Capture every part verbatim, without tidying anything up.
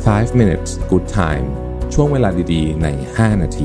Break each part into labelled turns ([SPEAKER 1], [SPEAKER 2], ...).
[SPEAKER 1] five minutes good time ช่วงเวลาดีๆในห้านาที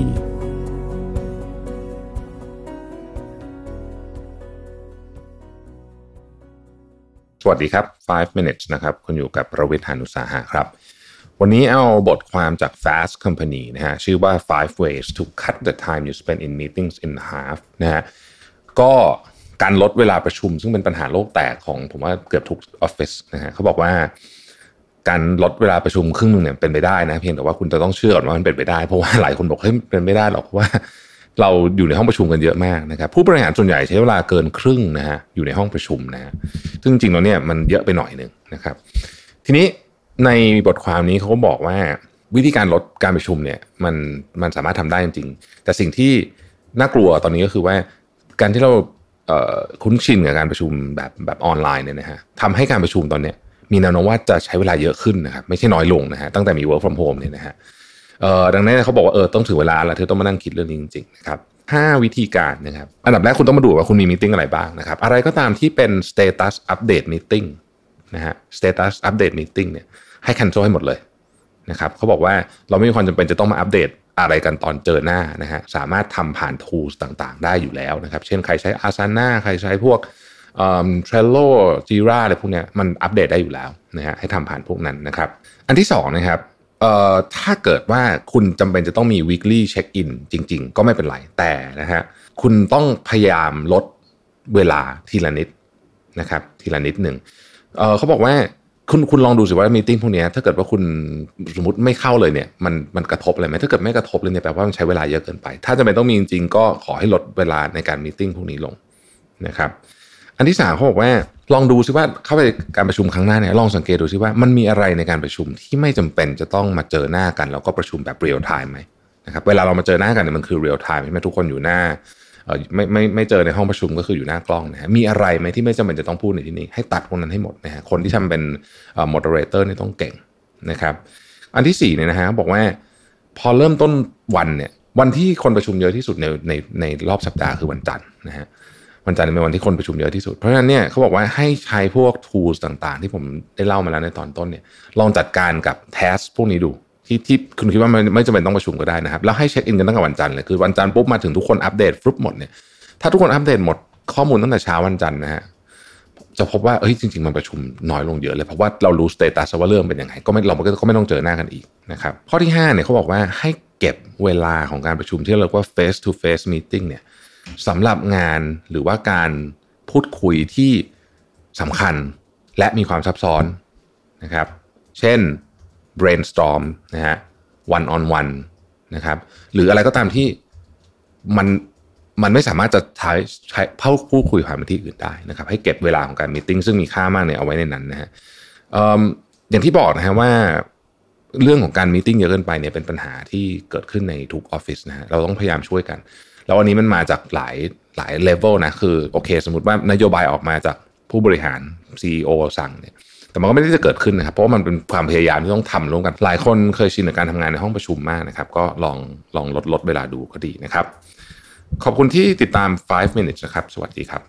[SPEAKER 1] สวัสดีครับfive minutes นะครับคุณอยู่กับประวิทย์ หาญอุตสาหะครับวันนี้เอาบทความจาก Fast Company นะฮะชื่อว่า five ways to cut the time you spend in meetings in half นะฮะก็การลดเวลาประชุมซึ่งเป็นปัญหาโลกแตกของผมว่าเกือบทุกออฟฟิศนะฮะเขาบอกว่าการลดเวลาประชุมครึ่งนึงเนี่ยเป็นไปได้นะเพียงแต่ว่าคุณจะต้องเชื่อก่อนว่ามันเป็นไปได้เพราะว่าหลายคนบอกเฮ้ยเป็นไม่ได้หรอกเพราะว่าเราอยู่ในห้องประชุมกันเยอะมากนะครับผู้บริหารส่วนใหญ่ใช้เวลาเกินครึ่งนะฮะอยู่ในห้องประชุมนะฮะซึ่งจริงๆแล้วเนี่ยมันเยอะไปหน่อยนึงนะครับทีนี้ในบทความนี้เขาก็บอกว่าวิธีการลดการประชุมเนี่ยมันมันสามารถทำได้จริงๆแต่สิ่งที่น่ากลัวตอนนี้ก็คือว่าการที่เราเอ่อคุ้นชินกับการประชุมแบบแบบออนไลน์เนี่ยนะฮะทำให้การประชุมตอนเนี้ยมีแนวโน้มว่าจะใช้เวลาเยอะขึ้นนะครับไม่ใช่น้อยลงนะฮะตั้งแต่มี work from home เนี่ยนะฮะเอ่อดังนั้นเขาบอกว่าเออต้องถึงเวลาแล้วที่ต้องมานั่งคิดเรื่องนี้จริงๆนะครับห้าวิธีการนะครับอันดับแรกคุณต้องมาดูว่าคุณมีมีตติ้งอะไรบ้างนะครับอะไรก็ตามที่เป็น status update meeting นะฮะ status update meeting เนี่ยให้ cancel ให้หมดเลยนะครับเขาบอกว่าเราไม่มีความจำเป็นจะต้องมาอัปเดตอะไรกันตอนเจอหน้านะฮะสามารถทำผ่าน tools ต่างๆได้อยู่แล้วนะครับเช่นใครใช้ Asana ใครใช้พวกเอ่อ Trello Jira อะไรพวกเนี้ยมันอัปเดตได้อยู่แล้วนะฮะให้ทำผ่านพวกนั้นนะครับอันที่สองนะครับเอ่อถ้าเกิดว่าคุณจำเป็นจะต้องมี weekly check in จริงๆก็ไม่เป็นไรแต่นะฮะคุณต้องพยายามลดเวลาทีละนิดนะครับทีละนิดหนึ่งเอ่อเขาบอกว่าคุณคุณลองดูสิว่ามีติ้งพวกนี้ถ้าเกิดว่าคุณสมมติไม่เข้าเลยเนี่ยมันมันกระทบอะไรไหมถ้าเกิดไม่กระทบเลยเนี่ยแปลว่ามันใช้เวลาเยอะเกินไปถ้าจำเป็นต้องมีจริงๆก็ขอให้ลดเวลาในการมีติ้งพวกนี้ลงนะครับอันที่สามเขาบอกว่าลองดูซิว่าเข้าไปการประชุมครั้งหน้าเนี่ยลองสังเกตดูซิว่ามันมีอะไรในการประชุมที่ไม่จำเป็นจะต้องมาเจอหน้ากันแล้วก็ประชุมแบบเรียลไทม์ไหมนะครับเวลาเรามาเจอหน้ากันเนี่ยมันคือเรียลไทม์ใช่ไหมทุกคนอยู่หน้าเอ่อไม่ไม่ไม่เจอในห้องประชุมก็คืออยู่หน้ากล้องนะฮะมีอะไรไหมที่ไม่จำเป็นจะต้องพูดในที่นี้ให้ตัดพวกนั้นให้หมดนะฮะคนที่ทำเป็นเอ่อ moderator เนี่ยต้องเก่งนะครับอันที่สี่เนี่ยนะฮะบอกว่าพอเริ่มต้นวันเนี่ยวันที่คนประชุมเยอะที่สุดในในในรอบสัปดาห์คือวันจันทร์นะฮะวันจันทร์เป็นวันที่คนประชุมเยอะที่สุดเพราะฉะนั้นเนี่ยเขาบอกว่าให้ใช้พวก tools ต่างๆที่ผมได้เล่ามาแล้วในตอนต้นเนี่ยลองจัดการกับ task พวกนี้ดูที่ที่คุณคิดว่ามันไม่จำเป็นต้องประชุมก็ได้นะครับแล้วให้เช็คอินกันตั้งแต่วันจันทร์เลยคือวันจันทร์ปุ๊บมาถึงทุกคนอัปเดตฟลุปหมดเนี่ยถ้าทุกคนอัปเดตหมดข้อมูลตั้งแต่เช้าวันจันทร์นะฮะจะพบว่าเอ้ยจริงๆมันประชุมน้อยลงเยอะเลยเพราะว่าเรารู้สเตตัสว่าเรื่องเป็นยังไงก็ไม่เราก็ไม่ต้องเจอหน้ากันอีกนะครับข้อที่ห้าเนี่ยเขาบอกว่าให้เก็บเวลาของการประชุมที่เรียกว่า face to face meeting เนี่ยสำหรับงานหรือว่าการพูดคุยที่สำคัญและมีความซับซ้อนนะครับเช่น brainstorm นะฮะ one on one นะครับหรืออะไรก็ตามที่มันมันไม่สามารถจะใช้ใช้เข้าพูดคุยผ่านวิธีอื่นได้นะครับให้เก็บเวลาของการมีตติ้งซึ่งมีค่ามากเนี่ยเอาไว้ในนั้นนะฮะ เอ่อ อย่างที่บอกนะฮะว่าเรื่องของการมีตติ้งเยอะเกินไปเนี่ยเป็นปัญหาที่เกิดขึ้นในทุกออฟฟิศนะฮะเราต้องพยายามช่วยกันแล้ววันนี้มันมาจากหลายหลายเลเวลนะคือโอเคสมมุติว่านโยบายออกมาจากผู้บริหาร ซี อี โอ สั่งเนี่ยแต่มันก็ไม่ได้จะเกิดขึ้นนะครับเพราะว่ามันเป็นความพยายามที่ต้องทำร่วมกันหลายคนเคยชินกับการทำงานในห้องประชุมมากนะครับก็ลองลองลดลดเวลาดูก็ดีนะครับขอบคุณที่ติดตามfive minutes นะครับสวัสดีครับ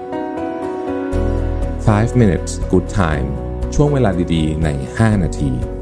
[SPEAKER 1] five minutes good time ช่วงเวลาดีๆในห้านาที